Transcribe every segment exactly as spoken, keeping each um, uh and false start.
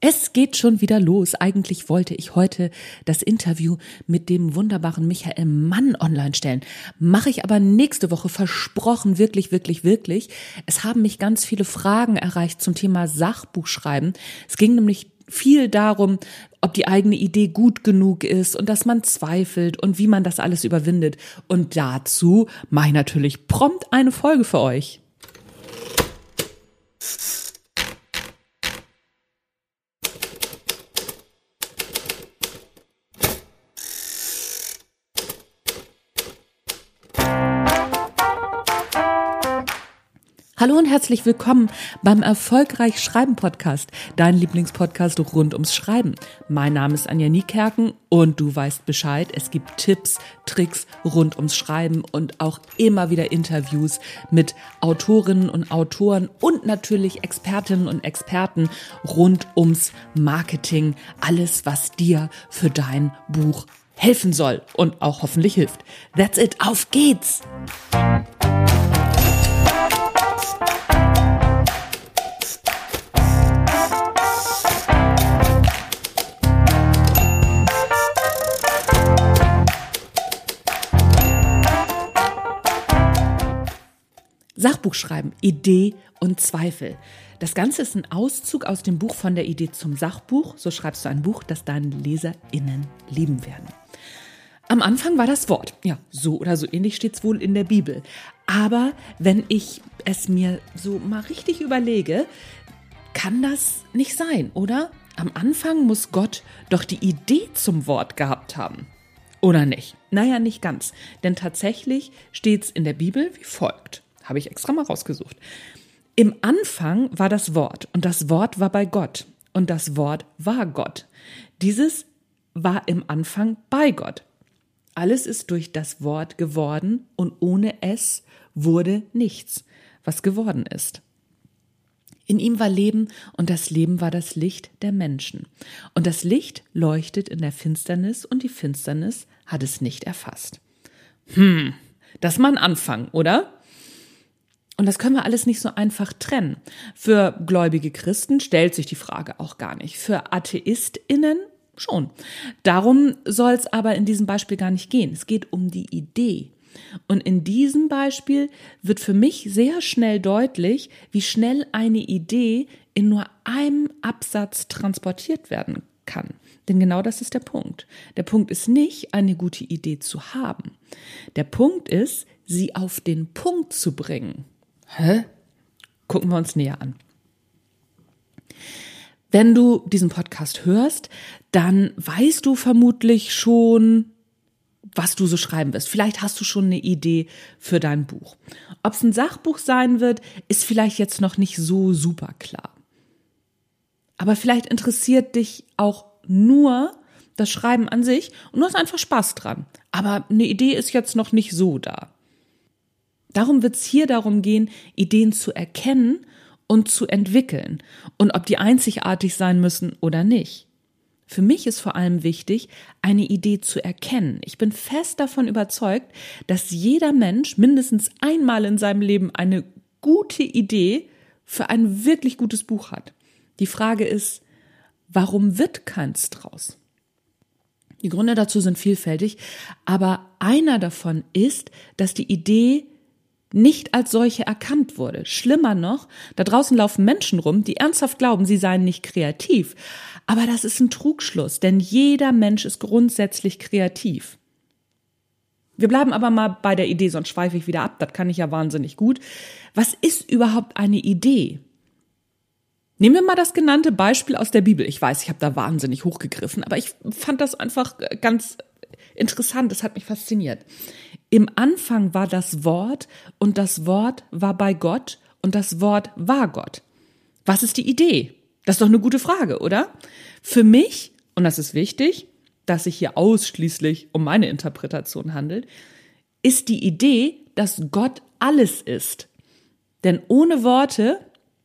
Es geht schon wieder los. Eigentlich wollte ich heute das Interview mit dem wunderbaren Michael Mann online stellen. Mache ich aber nächste Woche, versprochen, wirklich, wirklich, wirklich. Es haben mich ganz viele Fragen erreicht zum Thema Sachbuchschreiben. Es ging nämlich viel darum, ob die eigene Idee gut genug ist und dass man zweifelt und wie man das alles überwindet. Und dazu mache ich natürlich prompt eine Folge für euch. Hallo und herzlich willkommen beim Erfolgreich Schreiben Podcast, dein Lieblingspodcast rund ums Schreiben. Mein Name ist Anja Niekerken und du weißt Bescheid. Es gibt Tipps, Tricks rund ums Schreiben und auch immer wieder Interviews mit Autorinnen und Autoren und natürlich Expertinnen und Experten rund ums Marketing. Alles, was dir für dein Buch helfen soll und auch hoffentlich hilft. That's it, auf geht's! Sachbuch schreiben, Idee und Zweifel. Das Ganze ist ein Auszug aus dem Buch Von der Idee zum Sachbuch. So schreibst du ein Buch, das deine LeserInnen lieben werden. Am Anfang war das Wort. Ja, so oder so ähnlich steht es wohl in der Bibel. Aber wenn ich es mir so mal richtig überlege, kann das nicht sein, oder? Am Anfang muss Gott doch die Idee zum Wort gehabt haben. Oder nicht? Naja, nicht ganz. Denn tatsächlich steht es in der Bibel wie folgt. Habe ich extra mal rausgesucht. Im Anfang war das Wort und das Wort war bei Gott und das Wort war Gott. Dieses war im Anfang bei Gott. Alles ist durch das Wort geworden und ohne es wurde nichts, was geworden ist. In ihm war Leben und das Leben war das Licht der Menschen. Und das Licht leuchtet in der Finsternis und die Finsternis hat es nicht erfasst. Hm, das ist mal ein Anfang, oder? Und das können wir alles nicht so einfach trennen. Für gläubige Christen stellt sich die Frage auch gar nicht. Für AtheistInnen schon. Darum soll es aber in diesem Beispiel gar nicht gehen. Es geht um die Idee. Und in diesem Beispiel wird für mich sehr schnell deutlich, wie schnell eine Idee in nur einem Absatz transportiert werden kann. Denn genau das ist der Punkt. Der Punkt ist nicht, eine gute Idee zu haben. Der Punkt ist, sie auf den Punkt zu bringen. Hä? Gucken wir uns näher an. Wenn du diesen Podcast hörst, dann weißt du vermutlich schon, was du so schreiben wirst. Vielleicht hast du schon eine Idee für dein Buch. Ob es ein Sachbuch sein wird, ist vielleicht jetzt noch nicht so super klar. Aber vielleicht interessiert dich auch nur das Schreiben an sich und du hast einfach Spaß dran. Aber eine Idee ist jetzt noch nicht so da. Darum wird es hier darum gehen, Ideen zu erkennen und zu entwickeln und ob die einzigartig sein müssen oder nicht. Für mich ist vor allem wichtig, eine Idee zu erkennen. Ich bin fest davon überzeugt, dass jeder Mensch mindestens einmal in seinem Leben eine gute Idee für ein wirklich gutes Buch hat. Die Frage ist, warum wird keins draus? Die Gründe dazu sind vielfältig, aber einer davon ist, dass die Idee nicht als solche erkannt wurde. Schlimmer noch, da draußen laufen Menschen rum, die ernsthaft glauben, sie seien nicht kreativ. Aber das ist ein Trugschluss, denn jeder Mensch ist grundsätzlich kreativ. Wir bleiben aber mal bei der Idee, sonst schweife ich wieder ab, das kann ich ja wahnsinnig gut. Was ist überhaupt eine Idee? Nehmen wir mal das genannte Beispiel aus der Bibel. Ich weiß, ich habe da wahnsinnig hochgegriffen, aber ich fand das einfach ganz interessant, das hat mich fasziniert. Im Anfang war das Wort und das Wort war bei Gott und das Wort war Gott. Was ist die Idee? Das ist doch eine gute Frage, oder? Für mich, und das ist wichtig, dass sich hier ausschließlich um meine Interpretation handelt, ist die Idee, dass Gott alles ist. Denn ohne Worte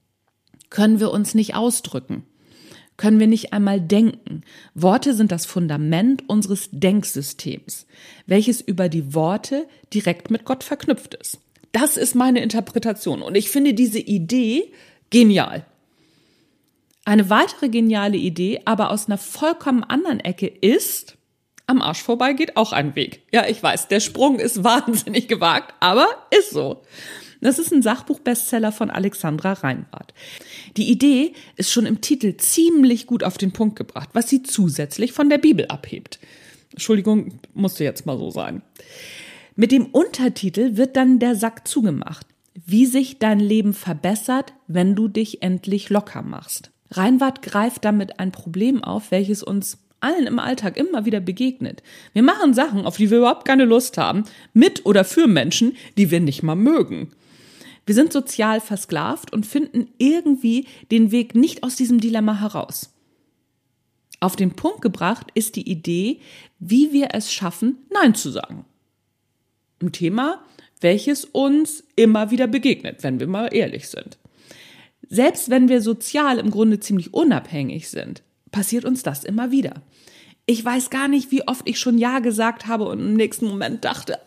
können wir uns nicht ausdrücken. Können wir nicht einmal denken. Worte sind das Fundament unseres Denksystems, welches über die Worte direkt mit Gott verknüpft ist. Das ist meine Interpretation und ich finde diese Idee genial. Eine weitere geniale Idee, aber aus einer vollkommen anderen Ecke ist, am Arsch vorbei geht auch ein Weg. Ja, ich weiß, der Sprung ist wahnsinnig gewagt, aber ist so. Das ist ein Sachbuch-Bestseller von Alexandra Reinwarth. Die Idee ist schon im Titel ziemlich gut auf den Punkt gebracht, was sie zusätzlich von der Bibel abhebt. Entschuldigung, musste jetzt mal so sein. Mit dem Untertitel wird dann der Sack zugemacht. Wie sich dein Leben verbessert, wenn du dich endlich locker machst. Reinwarth greift damit ein Problem auf, welches uns allen im Alltag immer wieder begegnet. Wir machen Sachen, auf die wir überhaupt keine Lust haben, mit oder für Menschen, die wir nicht mal mögen. Wir sind sozial versklavt und finden irgendwie den Weg nicht aus diesem Dilemma heraus. Auf den Punkt gebracht ist die Idee, wie wir es schaffen, Nein zu sagen. Ein Thema, welches uns immer wieder begegnet, wenn wir mal ehrlich sind. Selbst wenn wir sozial im Grunde ziemlich unabhängig sind, passiert uns das immer wieder. Ich weiß gar nicht, wie oft ich schon Ja gesagt habe und im nächsten Moment dachte,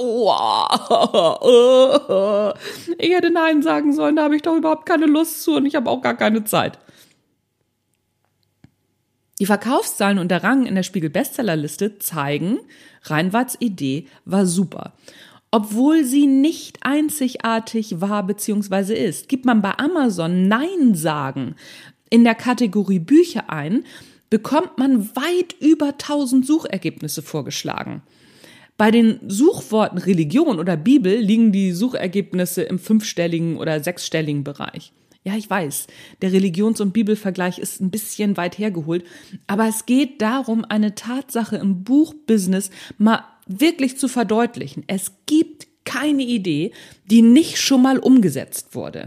aua, ich hätte Nein sagen sollen, da habe ich doch überhaupt keine Lust zu und ich habe auch gar keine Zeit. Die Verkaufszahlen und der Rang in der Spiegel-Bestsellerliste zeigen, Reinwarths Idee war super. Obwohl sie nicht einzigartig war bzw. ist, gibt man bei Amazon Nein sagen in der Kategorie Bücher ein, bekommt man weit über tausend Suchergebnisse vorgeschlagen. Bei den Suchworten Religion oder Bibel liegen die Suchergebnisse im fünfstelligen oder sechsstelligen Bereich. Ja, ich weiß, der Religions- und Bibelvergleich ist ein bisschen weit hergeholt, aber es geht darum, eine Tatsache im Buchbusiness mal wirklich zu verdeutlichen. Es gibt keine Idee, die nicht schon mal umgesetzt wurde.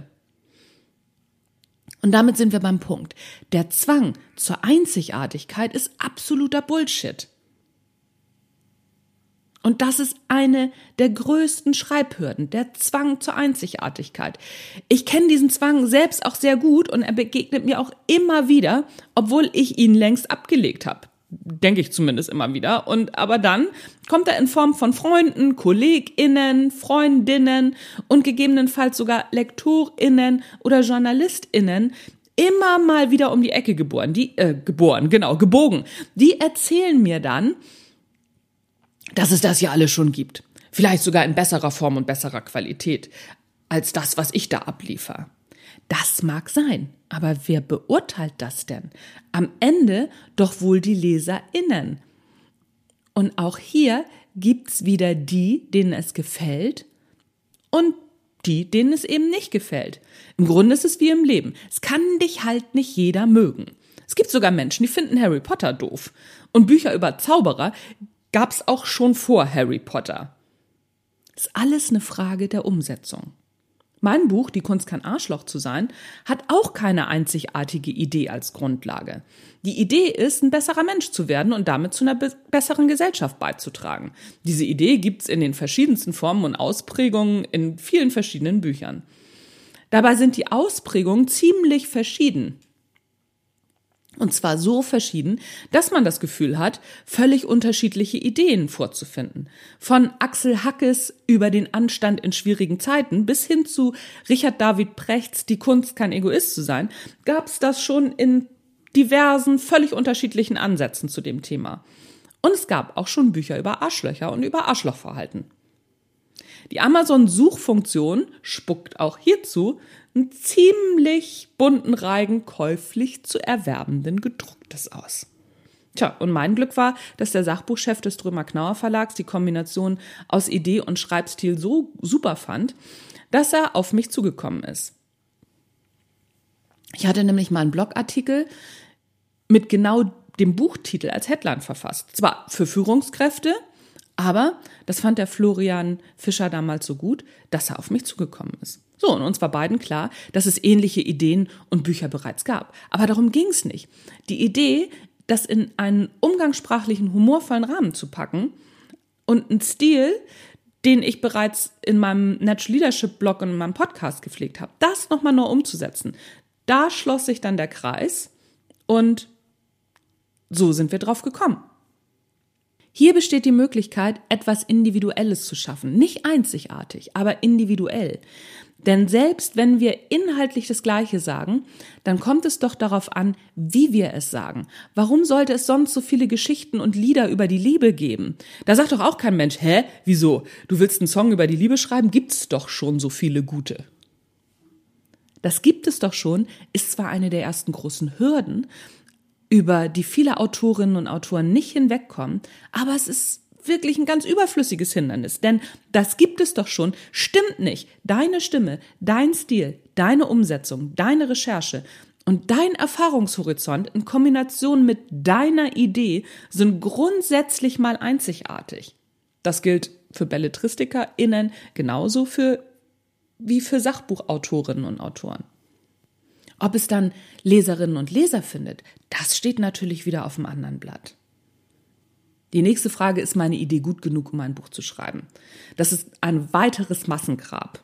Und damit sind wir beim Punkt. Der Zwang zur Einzigartigkeit ist absoluter Bullshit. Und das ist eine der größten Schreibhürden, der Zwang zur Einzigartigkeit. Ich kenne diesen Zwang selbst auch sehr gut und er begegnet mir auch immer wieder, obwohl ich ihn längst abgelegt habe. Denke ich zumindest immer wieder. Und aber dann kommt er in Form von Freunden, KollegInnen, Freundinnen und gegebenenfalls sogar LektorInnen oder JournalistInnen immer mal wieder um die Ecke geboren. Die, äh, geboren, genau, gebogen. Die erzählen mir dann, dass es das ja alles schon gibt. Vielleicht sogar in besserer Form und besserer Qualität als das, was ich da abliefere. Das mag sein, aber wer beurteilt das denn? Am Ende doch wohl die LeserInnen. Und auch hier gibt's wieder die, denen es gefällt und die, denen es eben nicht gefällt. Im Grunde ist es wie im Leben. Es kann dich halt nicht jeder mögen. Es gibt sogar Menschen, die finden Harry Potter doof. Und Bücher über Zauberer gab's auch schon vor Harry Potter. Ist alles eine Frage der Umsetzung. Mein Buch, Die Kunst kein Arschloch zu sein, hat auch keine einzigartige Idee als Grundlage. Die Idee ist, ein besserer Mensch zu werden und damit zu einer be- besseren Gesellschaft beizutragen. Diese Idee gibt's in den verschiedensten Formen und Ausprägungen in vielen verschiedenen Büchern. Dabei sind die Ausprägungen ziemlich verschieden. Und zwar so verschieden, dass man das Gefühl hat, völlig unterschiedliche Ideen vorzufinden. Von Axel Hackes über den Anstand in schwierigen Zeiten bis hin zu Richard David Prechts Die Kunst, kein Egoist zu sein, gab es das schon in diversen, völlig unterschiedlichen Ansätzen zu dem Thema. Und es gab auch schon Bücher über Arschlöcher und über Arschlochverhalten. Die Amazon-Suchfunktion spuckt auch hierzu einen ziemlich bunten Reigen käuflich zu erwerbenden Gedrucktes aus. Tja, und mein Glück war, dass der Sachbuchchef des Drömer-Knauer Verlags die Kombination aus Idee und Schreibstil so super fand, dass er auf mich zugekommen ist. Ich hatte nämlich mal einen Blogartikel mit genau dem Buchtitel als Headline verfasst. Zwar für Führungskräfte, aber das fand der Florian Fischer damals so gut, dass er auf mich zugekommen ist. So, und uns war beiden klar, dass es ähnliche Ideen und Bücher bereits gab. Aber darum ging's nicht. Die Idee, das in einen umgangssprachlichen, humorvollen Rahmen zu packen und einen Stil, den ich bereits in meinem Natural Leadership Blog und in meinem Podcast gepflegt habe, das nochmal neu umzusetzen. Da schloss sich dann der Kreis und so sind wir drauf gekommen. Hier besteht die Möglichkeit, etwas Individuelles zu schaffen. Nicht einzigartig, aber individuell. Denn selbst wenn wir inhaltlich das Gleiche sagen, dann kommt es doch darauf an, wie wir es sagen. Warum sollte es sonst so viele Geschichten und Lieder über die Liebe geben? Da sagt doch auch kein Mensch, hä, wieso? Du willst einen Song über die Liebe schreiben? Gibt's doch schon so viele gute. Das gibt es doch schon, ist zwar eine der ersten großen Hürden, über die viele Autorinnen und Autoren nicht hinwegkommen, aber es ist wirklich ein ganz überflüssiges Hindernis, denn das gibt es doch schon, stimmt nicht. Deine Stimme, dein Stil, deine Umsetzung, deine Recherche und dein Erfahrungshorizont in Kombination mit deiner Idee sind grundsätzlich mal einzigartig. Das gilt für BelletristikerInnen genauso für, wie für Sachbuchautorinnen und Autoren. Ob es dann Leserinnen und Leser findet, das steht natürlich wieder auf dem anderen Blatt. Die nächste Frage, ist meine Idee gut genug, um ein Buch zu schreiben? Das ist ein weiteres Massengrab.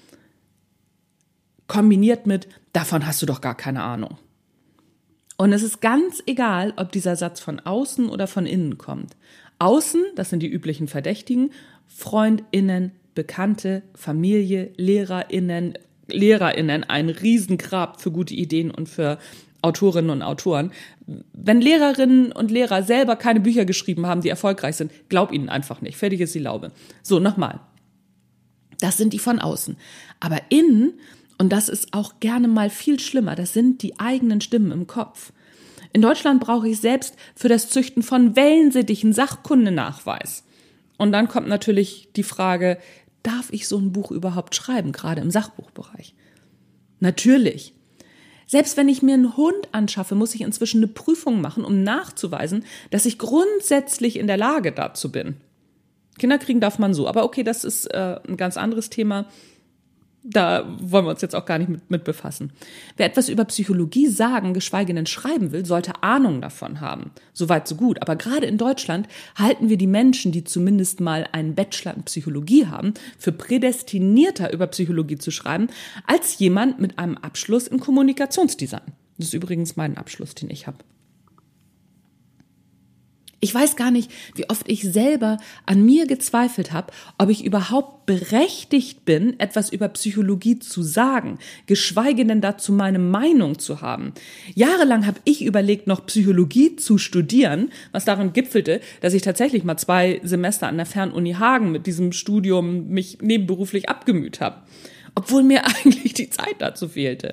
Kombiniert mit, davon hast du doch gar keine Ahnung. Und es ist ganz egal, ob dieser Satz von außen oder von innen kommt. Außen, das sind die üblichen Verdächtigen, FreundInnen, Bekannte, Familie, LehrerInnen, LehrerInnen, ein Riesengrab für gute Ideen und für Autorinnen und Autoren. Wenn Lehrerinnen und Lehrer selber keine Bücher geschrieben haben, die erfolgreich sind, glaub ihnen einfach nicht. Fertig ist die Laube. So, nochmal. Das sind die von außen. Aber innen, und das ist auch gerne mal viel schlimmer, das sind die eigenen Stimmen im Kopf. In Deutschland brauche ich selbst für das Züchten von Wellensittichen Sachkundenachweis. Und dann kommt natürlich die Frage, darf ich so ein Buch überhaupt schreiben, gerade im Sachbuchbereich? Natürlich. Selbst wenn ich mir einen Hund anschaffe, muss ich inzwischen eine Prüfung machen, um nachzuweisen, dass ich grundsätzlich in der Lage dazu bin. Kinder kriegen darf man so, aber okay, das ist äh, ein ganz anderes Thema. Da wollen wir uns jetzt auch gar nicht mit, mit befassen. Wer etwas über Psychologie sagen, geschweige denn schreiben will, sollte Ahnung davon haben. Soweit, so gut. Aber gerade in Deutschland halten wir die Menschen, die zumindest mal einen Bachelor in Psychologie haben, für prädestinierter über Psychologie zu schreiben, als jemand mit einem Abschluss in Kommunikationsdesign. Das ist übrigens mein Abschluss, den ich habe. Ich weiß gar nicht, wie oft ich selber an mir gezweifelt habe, ob ich überhaupt berechtigt bin, etwas über Psychologie zu sagen, geschweige denn dazu meine Meinung zu haben. Jahrelang habe ich überlegt, noch Psychologie zu studieren, was darin gipfelte, dass ich tatsächlich mal zwei Semester an der Fernuni Hagen mit diesem Studium mich nebenberuflich abgemüht habe, obwohl mir eigentlich die Zeit dazu fehlte.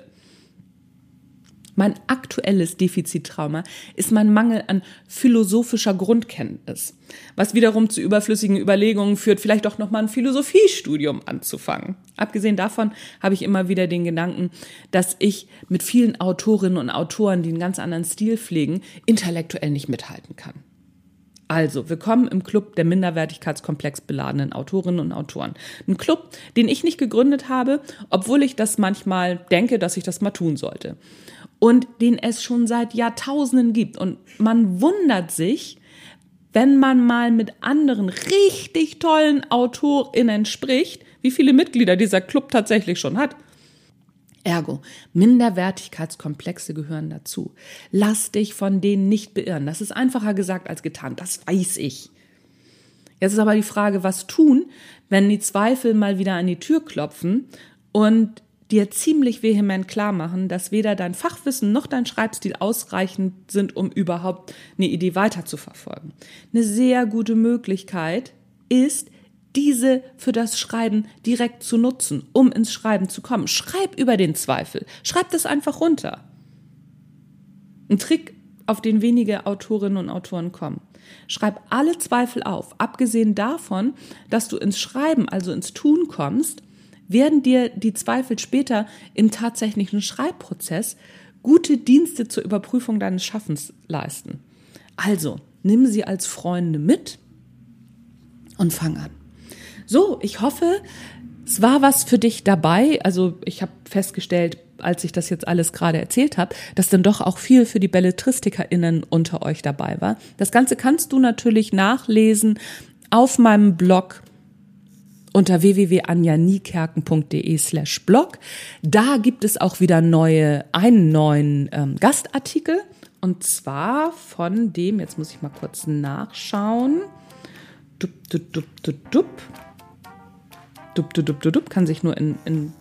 Mein aktuelles Defizittrauma ist mein Mangel an philosophischer Grundkenntnis, was wiederum zu überflüssigen Überlegungen führt, vielleicht doch nochmal ein Philosophiestudium anzufangen. Abgesehen davon habe ich immer wieder den Gedanken, dass ich mit vielen Autorinnen und Autoren, die einen ganz anderen Stil pflegen, intellektuell nicht mithalten kann. Also, willkommen im Club der minderwertigkeitskomplex beladenen Autorinnen und Autoren. Ein Club, den ich nicht gegründet habe, obwohl ich das manchmal denke, dass ich das mal tun sollte. Und den es schon seit Jahrtausenden gibt. Und man wundert sich, wenn man mal mit anderen richtig tollen AutorInnen spricht, wie viele Mitglieder dieser Club tatsächlich schon hat. Ergo, Minderwertigkeitskomplexe gehören dazu. Lass dich von denen nicht beirren. Das ist einfacher gesagt als getan, das weiß ich. Jetzt ist aber die Frage, was tun, wenn die Zweifel mal wieder an die Tür klopfen und dir ziemlich vehement klar machen, dass weder dein Fachwissen noch dein Schreibstil ausreichend sind, um überhaupt eine Idee weiterzuverfolgen. Eine sehr gute Möglichkeit ist, diese für das Schreiben direkt zu nutzen, um ins Schreiben zu kommen. Schreib über den Zweifel. Schreib das einfach runter. Ein Trick, auf den wenige Autorinnen und Autoren kommen. Schreib alle Zweifel auf. Abgesehen davon, dass du ins Schreiben, also ins Tun kommst, werden dir die Zweifel später im tatsächlichen Schreibprozess gute Dienste zur Überprüfung deines Schaffens leisten. Also, nimm sie als Freunde mit und fang an. So, ich hoffe, es war was für dich dabei. Also ich habe festgestellt, als ich das jetzt alles gerade erzählt habe, dass dann doch auch viel für die BelletristikerInnen unter euch dabei war. Das Ganze kannst du natürlich nachlesen auf meinem Blog unter w w w punkt anja niekerken punkt d e slash blog. Da gibt es auch wieder neue, einen neuen ähm, Gastartikel. Und zwar von dem, jetzt muss ich mal kurz nachschauen. Dup, dup, dup, dup, dup. Dup, dup, dup, dup, kann sich nur in, in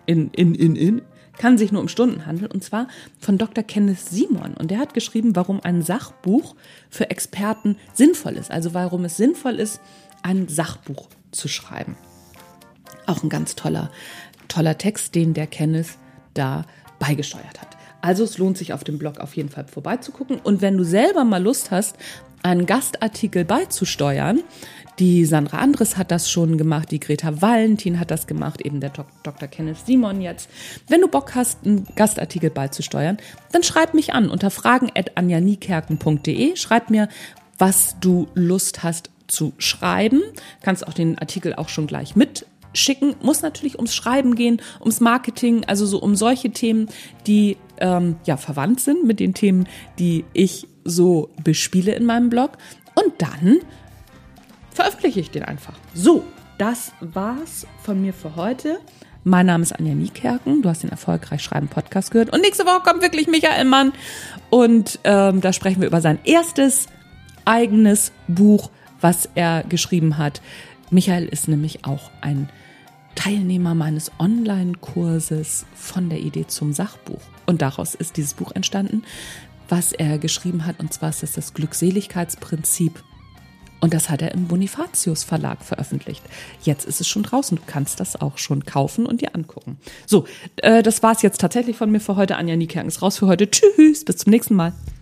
in, in, in, in, kann sich nur um Stunden handeln, und zwar von Doktor Kenneth Simon. Und der hat geschrieben, warum ein Sachbuch für Experten sinnvoll ist. Also warum es sinnvoll ist, ein Sachbuch zu schreiben. Auch ein ganz toller, toller Text, den der Kenneth da beigesteuert hat. Also es lohnt sich, auf dem Blog auf jeden Fall vorbeizugucken. Und wenn du selber mal Lust hast, einen Gastartikel beizusteuern, die Sandra Andres hat das schon gemacht, die Greta Valentin hat das gemacht, eben der Doktor Kenneth Simon jetzt. Wenn du Bock hast, einen Gastartikel beizusteuern, dann schreib mich an unter fragen at anja niekerken punkt de. Schreib mir, was du Lust hast zu schreiben. Kannst auch den Artikel auch schon gleich mitschicken. Muss natürlich ums Schreiben gehen, ums Marketing, also so um solche Themen, die ähm, ja verwandt sind mit den Themen, die ich so bespiele in meinem Blog. Und dann veröffentliche ich den einfach. So, das war's von mir für heute. Mein Name ist Anja Niekerken. Du hast den Erfolgreich Schreiben Podcast gehört. Und nächste Woche kommt wirklich Michael Mann. Und ähm, da sprechen wir über sein erstes eigenes Buch, was er geschrieben hat. Michael ist nämlich auch ein Teilnehmer meines Online-Kurses von der Idee zum Sachbuch. Und daraus ist dieses Buch entstanden, was er geschrieben hat. Und zwar ist es das Glückseligkeitsprinzip. Und das hat er im Bonifatius Verlag veröffentlicht. Jetzt ist es schon draußen. Du kannst das auch schon kaufen und dir angucken. So, äh, das war's jetzt tatsächlich von mir für heute. Anja Niekerken ist raus für heute. Tschüss, bis zum nächsten Mal.